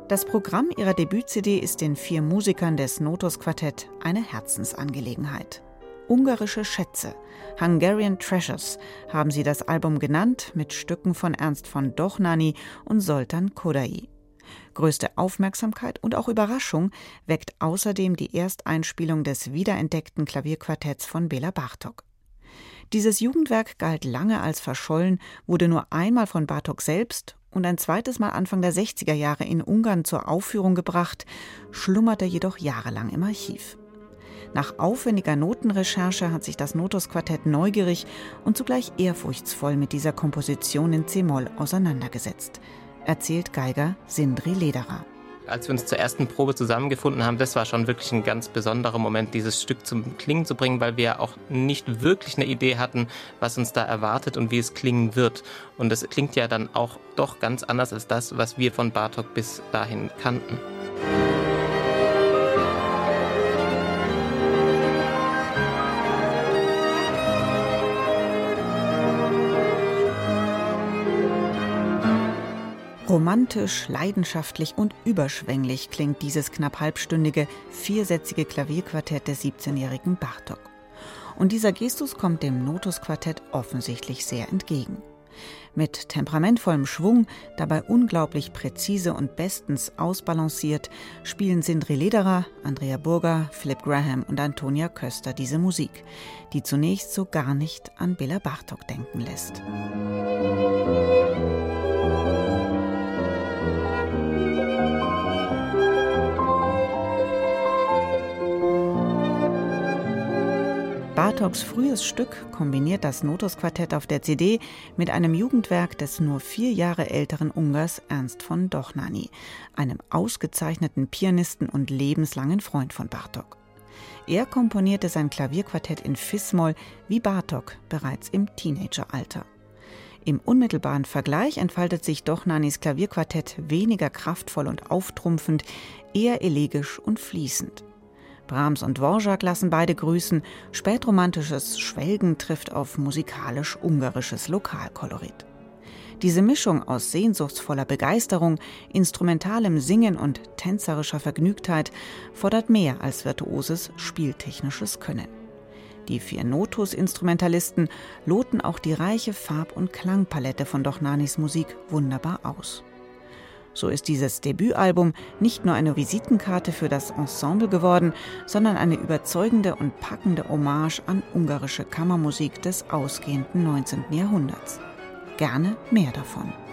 Das Programm ihrer Debüt-CD ist den 4 Musikern des Notos Quartett eine Herzensangelegenheit. Ungarische Schätze, Hungarian Treasures, haben sie das Album genannt, mit Stücken von Ernst von Dohnányi und Zoltán Kodály. Größte Aufmerksamkeit und auch Überraschung weckt außerdem die Ersteinspielung des wiederentdeckten Klavierquartetts von Béla Bartók. Dieses Jugendwerk galt lange als verschollen, wurde nur einmal von Bartók selbst und ein zweites Mal Anfang der 60er Jahre in Ungarn zur Aufführung gebracht, schlummerte jedoch jahrelang im Archiv. Nach aufwendiger Notenrecherche hat sich das Notos Quartett neugierig und zugleich ehrfurchtsvoll mit dieser Komposition in C-Moll auseinandergesetzt, erzählt Geiger Sindri Lederer. Als wir uns zur ersten Probe zusammengefunden haben, das war schon wirklich ein ganz besonderer Moment, dieses Stück zum Klingen zu bringen, weil wir auch nicht wirklich eine Idee hatten, was uns da erwartet und wie es klingen wird. Und es klingt ja dann auch doch ganz anders als das, was wir von Bartók bis dahin kannten. Romantisch, leidenschaftlich und überschwänglich klingt dieses knapp halbstündige, 4-sätzige Klavierquartett des 17-jährigen Bartók. Und dieser Gestus kommt dem Notos Quartett offensichtlich sehr entgegen. Mit temperamentvollem Schwung, dabei unglaublich präzise und bestens ausbalanciert, spielen Sindri Lederer, Andrea Burger, Philip Graham und Antonia Köster diese Musik, die zunächst so gar nicht an Béla Bartók denken lässt. Bartóks frühes Stück kombiniert das Notos Quartett auf der CD mit einem Jugendwerk des nur 4 Jahre älteren Ungars Ernst von Dohnányi, einem ausgezeichneten Pianisten und lebenslangen Freund von Bartók. Er komponierte sein Klavierquartett in Fis-Moll wie Bartók bereits im Teenageralter. Im unmittelbaren Vergleich entfaltet sich Dohnánys Klavierquartett weniger kraftvoll und auftrumpfend, eher elegisch und fließend. Brahms und Dvorak lassen beide grüßen, spätromantisches Schwelgen trifft auf musikalisch-ungarisches Lokalkolorit. Diese Mischung aus sehnsuchtsvoller Begeisterung, instrumentalem Singen und tänzerischer Vergnügtheit fordert mehr als virtuoses spieltechnisches Können. Die 4 Notos-Instrumentalisten loten auch die reiche Farb- und Klangpalette von Dohnánys Musik wunderbar aus. So ist dieses Debütalbum nicht nur eine Visitenkarte für das Ensemble geworden, sondern eine überzeugende und packende Hommage an ungarische Kammermusik des ausgehenden 19. Jahrhunderts. Gerne mehr davon.